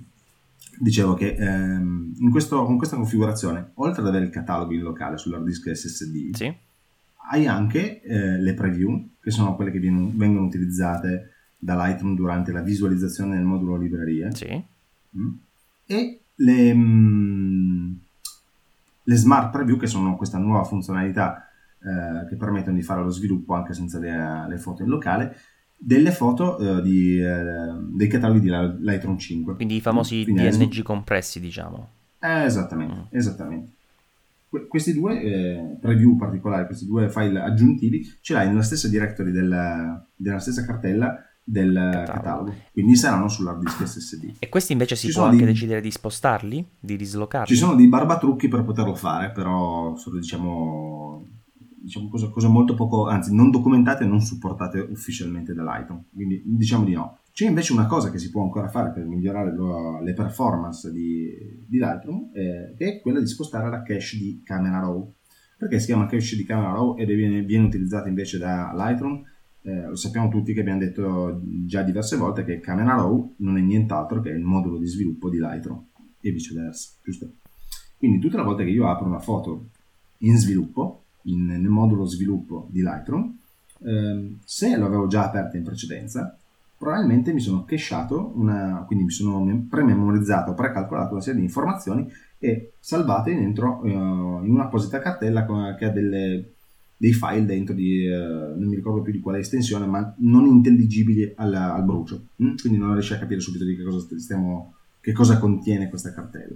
Dicevo che ehm, in, questo, con questa configurazione, oltre ad avere il catalogo in locale sull'hard disk S S D, sì. hai anche eh, le preview, che sono quelle che viene, vengono utilizzate da Lightroom durante la visualizzazione del modulo librerie, sì. mm. e le, mm, le smart preview, che sono questa nuova funzionalità eh, che permettono di fare lo sviluppo anche senza le, le foto in locale, delle foto eh, di, eh, dei cataloghi di Lightroom cinque. Quindi i famosi Quindi, D N G compressi, diciamo. Eh, esattamente, Mm. esattamente. Que- questi due eh, preview particolari, questi due file aggiuntivi, ce l'hai nella stessa directory del, della stessa cartella del Catalogo. catalogo, quindi saranno sull'hard disk S S D. E questi invece si Ci può sono anche dei- decidere di spostarli, di dislocarli? Ci sono dei barbatrucchi per poterlo fare, però sono diciamo, diciamo cose, cose molto poco, anzi non documentate e non supportate ufficialmente da Lightroom, quindi diciamo di no. C'è invece una cosa che si può ancora fare per migliorare lo- le performance di, di Lightroom, eh, che è quella di spostare la cache di Camera Raw. Perché si chiama cache di Camera Raw ed viene, viene utilizzata invece da Lightroom? Eh, lo sappiamo tutti che abbiamo detto già diverse volte che Camera Raw non è nient'altro che il modulo di sviluppo di Lightroom e viceversa, giusto? Quindi tutte le volte che io apro una foto in sviluppo, in, nel modulo sviluppo di Lightroom, ehm, se l'avevo già aperta in precedenza, probabilmente mi sono cacheato, una, quindi mi sono prememorizzato, precalcolato una serie di informazioni e salvate dentro eh, in un'apposita cartella con, che ha delle, dei file dentro di, eh, non mi ricordo più di quale estensione, ma non intelligibili al, al brucio, mm? Quindi non riesci a capire subito di che cosa stiamo, che cosa contiene questa cartella.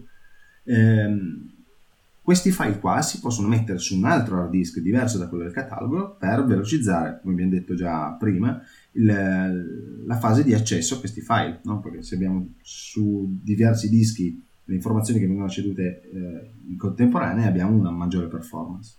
Ehm, questi file qua si possono mettere su un altro hard disk diverso da quello del catalogo per velocizzare, come abbiamo detto già prima, il, la fase di accesso a questi file, no? Perché se abbiamo su diversi dischi le informazioni che vengono accedute eh, in contemporanea abbiamo una maggiore performance.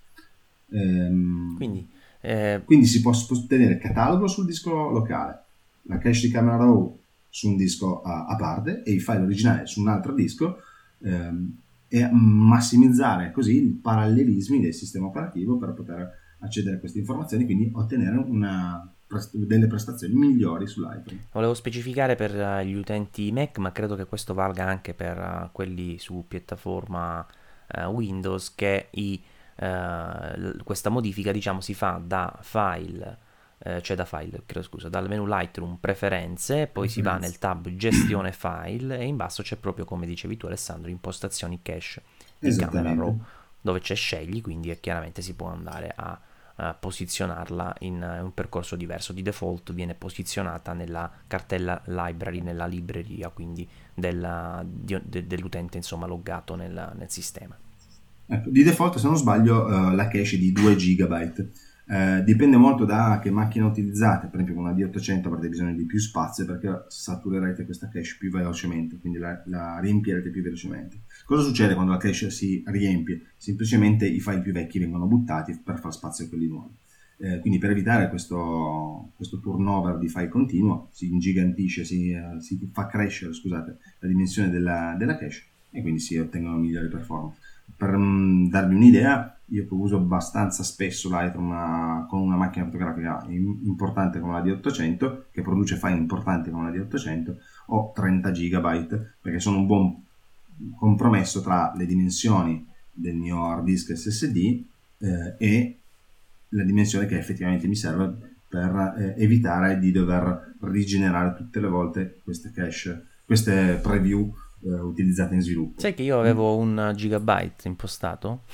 Ehm, Quindi, eh, quindi si può tenere il catalogo sul disco locale, la cache di Camera Raw su un disco a, a parte e i file originali su un altro disco, ehm, e massimizzare così i parallelismi del sistema operativo per poter accedere a queste informazioni, quindi ottenere una, delle prestazioni migliori su Lightroom. volevo specificare per uh, gli utenti Mac, ma credo che questo valga anche per uh, quelli su piattaforma uh, Windows, che i, uh, l- questa modifica, diciamo, si fa da file, eh, cioè da file, chiedo scusa, dal menu Lightroom preferenze, poi si va nel tab gestione file e in basso c'è proprio, come dicevi tu Alessandro, impostazioni cache di Camera Raw, dove c'è scegli, quindi e chiaramente si può andare a Uh, posizionarla in uh, un percorso diverso. Di default viene posizionata nella cartella library, nella libreria quindi della, di, de, dell'utente insomma loggato nel, nel sistema. Ecco, di default, se non sbaglio, uh, la cache è di due giga. Uh, dipende molto da che macchina utilizzate. Per esempio con una D ottocento avrete bisogno di più spazio perché saturerete questa cache più velocemente, quindi la, la riempirete più velocemente. Cosa succede quando la cache si riempie? Semplicemente i file più vecchi vengono buttati per far spazio a quelli nuovi. Eh, quindi per evitare questo, questo turnover di file continuo si ingigantisce, si, uh, si fa crescere, scusate, la dimensione della, della cache e quindi si ottengono migliori performance. Per um, darvi un'idea, io che uso abbastanza spesso Lightroom una, con una macchina fotografica importante come la D ottocento, che produce file importanti come la D ottocento, ho trenta giga perché sono un buon compromesso tra le dimensioni del mio hard disk S S D eh, e la dimensione che effettivamente mi serve per eh, evitare di dover rigenerare tutte le volte queste cache, queste preview eh, utilizzate in sviluppo. Sai che io avevo un gigabyte impostato?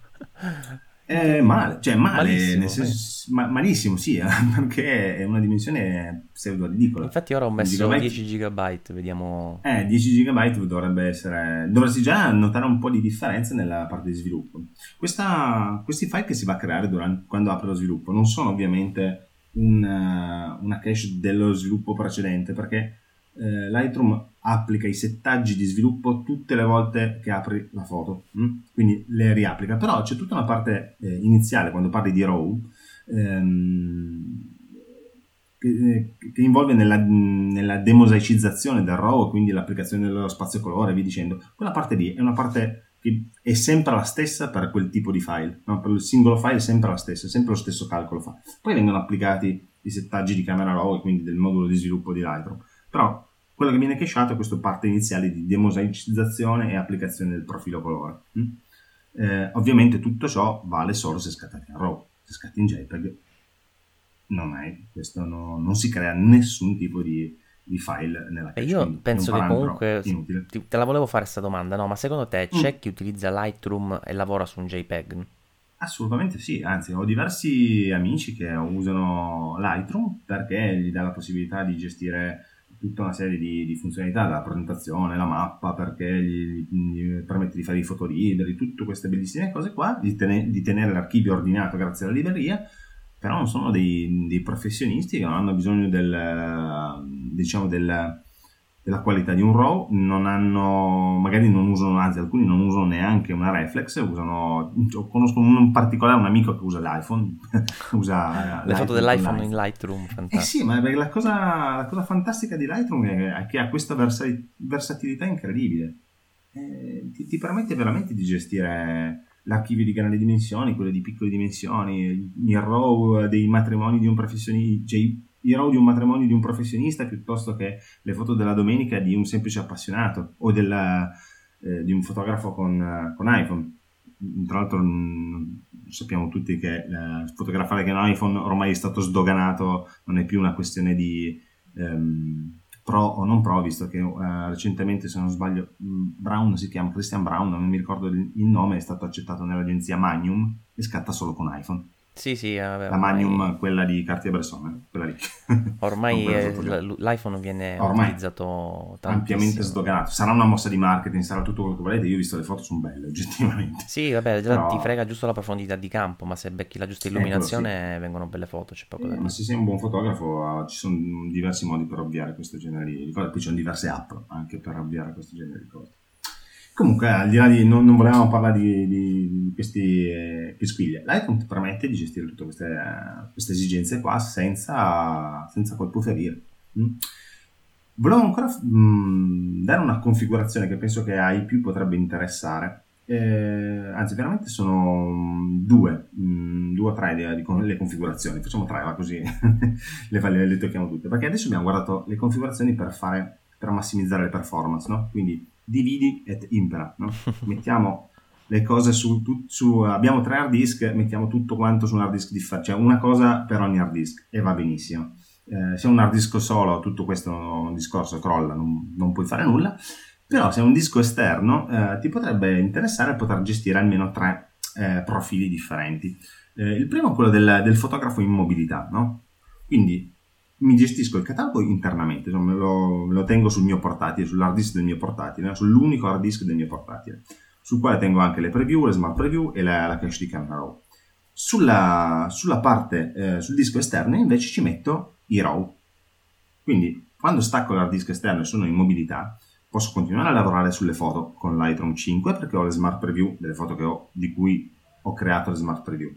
Eh, male, cioè male, malissimo, nel senso, ma, malissimo sì, eh, perché è una dimensione pseudo ridicola. Infatti ora ho messo dieci gigabyte, vediamo. Eh, dieci giga dovrebbe essere, dovresti già notare un po' di differenza nella parte di sviluppo. Questa, questi file che si va a creare durante, quando apre lo sviluppo non sono ovviamente un, uh, una cache dello sviluppo precedente, perché eh, Lightroom applica i settaggi di sviluppo tutte le volte che apri la foto, mh? Quindi le riapplica, però c'è tutta una parte eh, iniziale quando parli di RAW ehm, che, che involve nella, nella demosaicizzazione del RAW, quindi l'applicazione dello spazio colore e via dicendo. Quella parte lì è una parte che è sempre la stessa per quel tipo di file, no? Per il singolo file è sempre la stessa, è sempre lo stesso calcolo fa. Poi vengono applicati i settaggi di Camera Raw e quindi del modulo di sviluppo di Lightroom, però quello che viene cacheato è questa parte iniziale di demosaicizzazione e applicazione del profilo colore. Eh, ovviamente tutto ciò vale solo se scattate in RAW. Se scatti in JPEG non è, questo no, non si crea nessun tipo di, di file nella cache. E io penso che comunque inutile. Te la volevo fare questa domanda, no? Ma secondo te c'è mm. chi utilizza Lightroom e lavora su un JPEG? Assolutamente sì, anzi ho diversi amici che usano Lightroom perché gli dà la possibilità di gestire tutta una serie di, di funzionalità, la presentazione, la mappa, perché gli, gli permette di fare i fotoliberi, tutte queste bellissime cose qua, di, tene, di tenere l'archivio ordinato grazie alla libreria, però non sono dei, dei professionisti che non hanno bisogno del, diciamo del della qualità di un RAW, non hanno, magari non usano, anzi alcuni non usano neanche una reflex, usano, conosco un particolare, un amico che usa l'iPhone, usa le foto dell'iPhone in Lightroom, fantastico. Eh sì, ma la cosa, la cosa fantastica di Lightroom è che ha questa versa- versatilità incredibile, eh, ti, ti permette veramente di gestire l'archivio di grandi dimensioni, quello di piccole dimensioni, il RAW dei matrimoni di un professionista, i RAW di un matrimonio di un professionista piuttosto che le foto della domenica di un semplice appassionato o della, eh, di un fotografo con, uh, con iPhone. Tra l'altro mh, sappiamo tutti che eh, fotografare con iPhone ormai è stato sdoganato, non è più una questione di ehm, pro o non pro, visto che uh, recentemente, se non sbaglio, Brown si chiama, Christian Brown, non mi ricordo il, il nome, è stato accettato nell'agenzia Magnum e scatta solo con iPhone. Sì, sì, vabbè, la Magnum, ormai... quella di Cartier-Bresson, quella lì. Ormai l'iPhone viene ormai utilizzato tantissimo. Ampiamente sdoganato. Sarà una mossa di marketing, sarà tutto quello che volete. Io ho visto le foto, sono belle, oggettivamente. Sì, vabbè, già Però... ti frega giusto la profondità di campo, ma se becchi la giusta illuminazione eh, sì. vengono belle foto, c'è poco eh, da dire. Ma se sei un buon fotografo, ci sono diversi modi per ovviare questo genere di cose. Poi ci sono diverse app anche per ovviare questo genere di cose. Comunque, al di là di, non, non volevamo parlare di, di, di questi eh, pisquiglie. Lightroom ti permette di gestire tutte queste, eh, queste esigenze qua senza, senza colpo ferire. Mm. Volevo ancora mh, dare una configurazione che penso che ai più potrebbe interessare. Eh, anzi, veramente sono due, mh, due o tre le, le configurazioni. Facciamo tre, va così le, le, le tocchiamo tutte. Perché adesso abbiamo guardato le configurazioni per fare, per massimizzare le performance, no? Quindi dividi et impera, no? Mettiamo le cose su, su abbiamo tre hard disk, mettiamo tutto quanto su un hard disk differente, cioè una cosa per ogni hard disk e va benissimo. Eh, se è un hard disk solo tutto questo discorso crolla, non, non puoi fare nulla, però se è un disco esterno eh, ti potrebbe interessare poter gestire almeno tre eh, profili differenti. Eh, il primo è quello del, del fotografo in mobilità, no? Quindi mi gestisco il catalogo internamente, insomma, lo, lo tengo sul mio portatile, sull'hard disk del mio portatile, sull'unico hard disk del mio portatile, sul quale tengo anche le preview, le smart preview e la, la cache di Camera Raw. Sulla, sulla parte, eh, sul disco esterno invece ci metto i RAW. Quindi quando stacco l'hard disk esterno e sono in mobilità, posso continuare a lavorare sulle foto con Lightroom cinque perché ho le smart preview delle foto che ho, di cui ho creato le smart preview.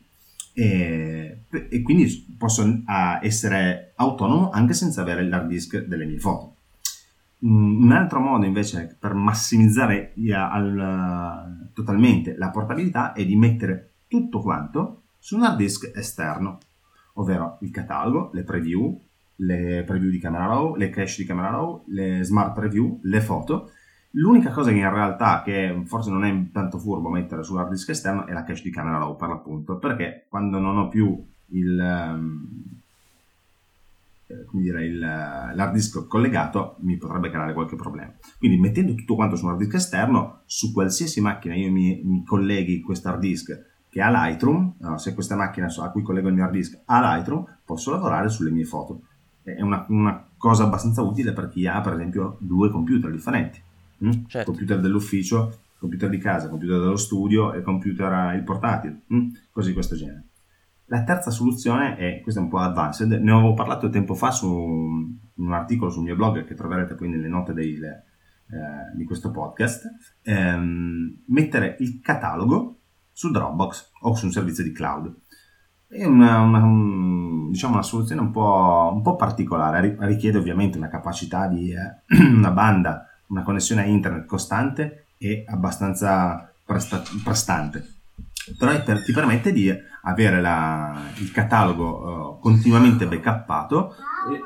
E, e quindi posso uh, essere autonomo anche senza avere l'hard disk delle mie foto. Mm, un altro modo invece per massimizzare uh, al, uh, totalmente la portabilità è di mettere tutto quanto su un hard disk esterno, ovvero il catalogo, le preview, le preview di Camera Raw, le cache di Camera Raw, le smart preview, le foto. L'unica cosa che in realtà, che forse non è tanto furbo mettere sull'hard disk esterno, è la cache di Camera Raw, per l'appunto, perché quando non ho più il, um, come dire, il, l'hard disk collegato mi potrebbe creare qualche problema. Quindi mettendo tutto quanto su un hard disk esterno, su qualsiasi macchina io mi, mi colleghi questo hard disk che ha Lightroom, no, se questa macchina a cui collego il mio hard disk ha Lightroom, posso lavorare sulle mie foto. È una, una cosa abbastanza utile per chi ha, per esempio, due computer differenti. Mm? Certo. Computer dell'ufficio, computer di casa, computer dello studio e computer il portatile, mm? Così questo genere. La terza soluzione è, questa è un po' advanced, ne avevo parlato tempo fa su un, un articolo sul mio blog che troverete poi nelle note dei, eh, di questo podcast, ehm, mettere il catalogo su Dropbox o su un servizio di cloud. È una, una, un, diciamo una soluzione un po', un po' particolare, richiede ovviamente una capacità di eh, una banda, una connessione a internet costante e abbastanza presta- prestante, però per, ti permette di avere la, il catalogo uh, continuamente backuppato e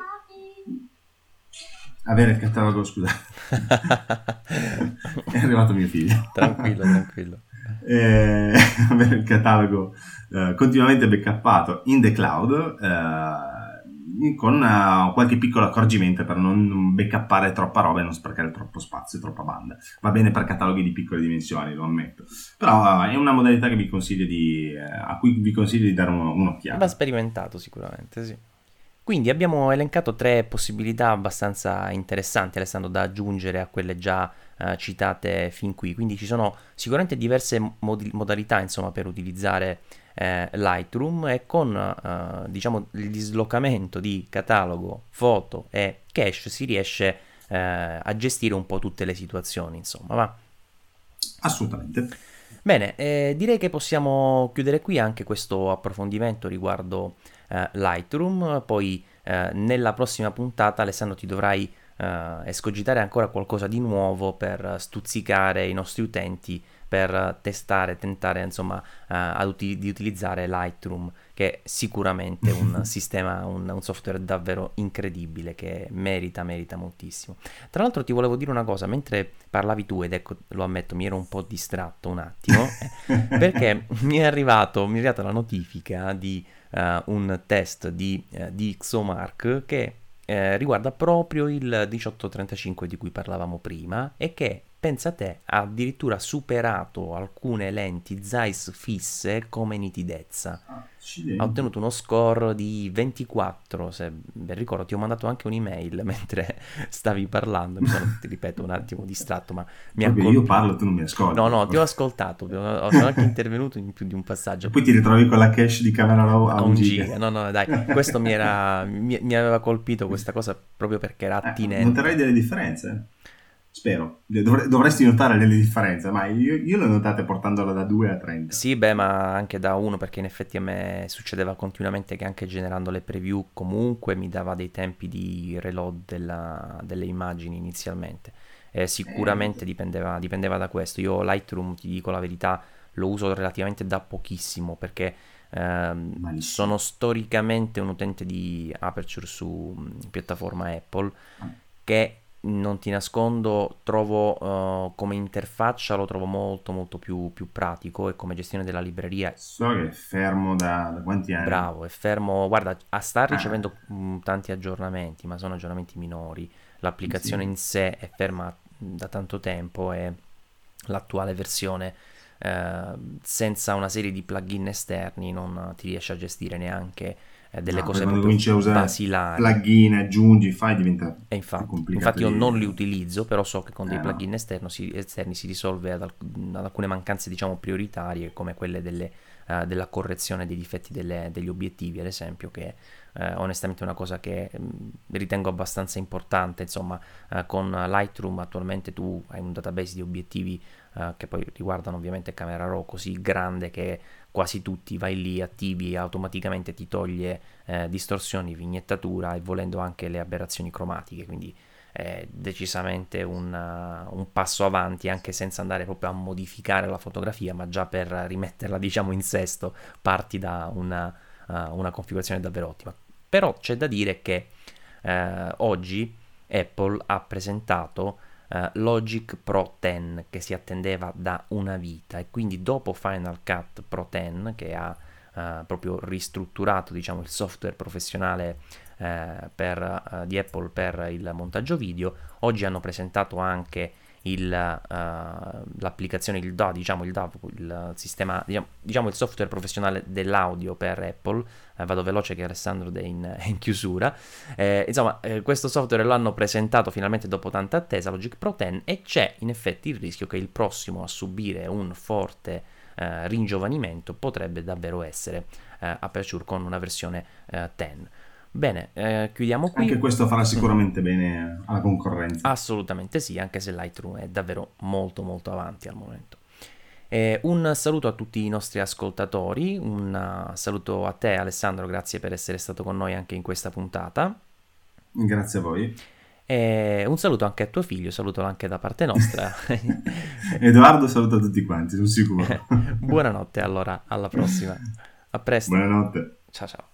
avere il catalogo, scusa è arrivato mio figlio, tranquillo tranquillo eh, avere il catalogo uh, continuamente backuppato in the cloud uh, con uh, qualche piccolo accorgimento per non, non backuppare troppa roba e non sprecare troppo spazio e troppa banda. Va bene per cataloghi di piccole dimensioni, lo ammetto, però uh, è una modalità che vi consiglio di, uh, a cui vi consiglio di dare uno, un'occhiata. Va sperimentato sicuramente, sì. Quindi abbiamo elencato tre possibilità abbastanza interessanti, Alessandro, da aggiungere a quelle già uh, citate fin qui. Quindi ci sono sicuramente diverse mod- modalità, insomma, per utilizzare eh, Lightroom, e con uh, diciamo il dislocamento di catalogo, foto e cache si riesce eh, a gestire un po' tutte le situazioni, insomma, va? Assolutamente. Bene, eh, direi che possiamo chiudere qui anche questo approfondimento riguardo eh, Lightroom. Poi eh, nella prossima puntata, Alessandro, ti dovrai eh, escogitare ancora qualcosa di nuovo per stuzzicare i nostri utenti, per testare, tentare insomma eh, ad uti- di utilizzare Lightroom, che è sicuramente un sistema, un, un software davvero incredibile che merita, merita moltissimo. Tra l'altro ti volevo dire una cosa, mentre parlavi tu, ed ecco, lo ammetto, mi ero un po' distratto un attimo, eh, perché mi è arrivato, mi è arrivata la notifica di uh, un test di uh, D X O Mark che eh, riguarda proprio il diciotto trentacinque di cui parlavamo prima, e che, pensa te, ha addirittura superato alcune lenti Zeiss fisse come nitidezza. Accidenti. Ha ottenuto uno score di ventiquattro, se ben ricordo. Ti ho mandato anche un'email mentre stavi parlando, mi sono, ti ripeto, un attimo distratto, ma mi ha Vabbè, colpito. io parlo, tu non mi ascolti. No, no, ti ho ascoltato, ho- sono anche intervenuto in più di un passaggio. E poi ti ritrovi con la cache di Camera Raw a A un un giga. giga, no, no, dai, questo mi era, mi, mi aveva colpito questa cosa proprio perché era Eh, attinente. noterai delle differenze? Spero. Dovre- dovresti notare delle differenze, ma io, io le ho notate portandola da due a trenta. Sì, beh, ma anche da uno, perché in effetti a me succedeva continuamente che anche generando le preview comunque mi dava dei tempi di reload della- delle immagini inizialmente. Eh, sicuramente Eh, dipendeva, dipendeva da questo. Io Lightroom, ti dico la verità, lo uso relativamente da pochissimo, perché ehm, Malissimo. sono storicamente un utente di Aperture su mh, piattaforma Apple, che non ti nascondo, trovo eh, come interfaccia lo trovo molto molto più, più pratico, e come gestione della libreria So che è fermo da, da quanti anni? bravo, è fermo, guarda, a- sta Ah, ricevendo mh, tanti aggiornamenti, ma sono aggiornamenti minori. L'applicazione sì. in sé è ferma mh, da tanto tempo, e l'attuale versione eh, senza una serie di plugin esterni non ti riesce a gestire neanche eh, delle No, poi cose quando proprio cominci a usare basilari. plugin, aggiungi, fai, diventa E più infatti, complicato infatti io di... non li utilizzo, però so che con dei Eh, no. plugin esterno si- esterni si risolve ad, alc- ad alcune mancanze, diciamo, prioritarie, come quelle delle, eh, della correzione dei difetti delle- degli obiettivi, ad esempio, che eh, onestamente è una cosa che mh, ritengo abbastanza importante. Insomma, eh, con Lightroom attualmente tu hai un database di obiettivi eh, che poi riguardano ovviamente Camera Raw così grande che quasi tutti vai lì, attivi e automaticamente ti toglie eh, distorsioni, vignettatura e volendo anche le aberrazioni cromatiche, quindi è decisamente un, uh, un passo avanti, anche senza andare proprio a modificare la fotografia, ma già per rimetterla, diciamo, in sesto parti da una, uh, una configurazione davvero ottima. Però c'è da dire che eh, oggi Apple ha presentato eh, Logic Pro dieci, che si attendeva da una vita, e quindi dopo Final Cut Pro dieci, che ha eh, proprio ristrutturato, diciamo, il software professionale eh, per, eh, di Apple per il montaggio video, oggi hanno presentato anche il, uh, l'applicazione, il D A W, diciamo il D A W, il sistema, diciamo, diciamo il software professionale dell'audio per Apple. Eh, vado veloce che Alessandro è in, è in chiusura. Eh, insomma, eh, questo software l'hanno presentato finalmente dopo tanta attesa, Logic Pro dieci, e c'è in effetti il rischio che il prossimo a subire un forte eh, ringiovanimento potrebbe davvero essere eh, Aperture con una versione eh, dieci. Bene, eh, chiudiamo qui. Anche questo farà sicuramente bene alla concorrenza. Assolutamente sì, anche se Lightroom è davvero molto molto avanti al momento. Eh, un saluto a tutti i nostri ascoltatori, un uh, saluto a te Alessandro, grazie per essere stato con noi anche in questa puntata. Grazie a voi. E un saluto anche a tuo figlio, salutalo anche da parte nostra. Edoardo saluta tutti quanti, sono sicuro. Buonanotte allora, alla prossima. A presto. Buonanotte. Ciao ciao.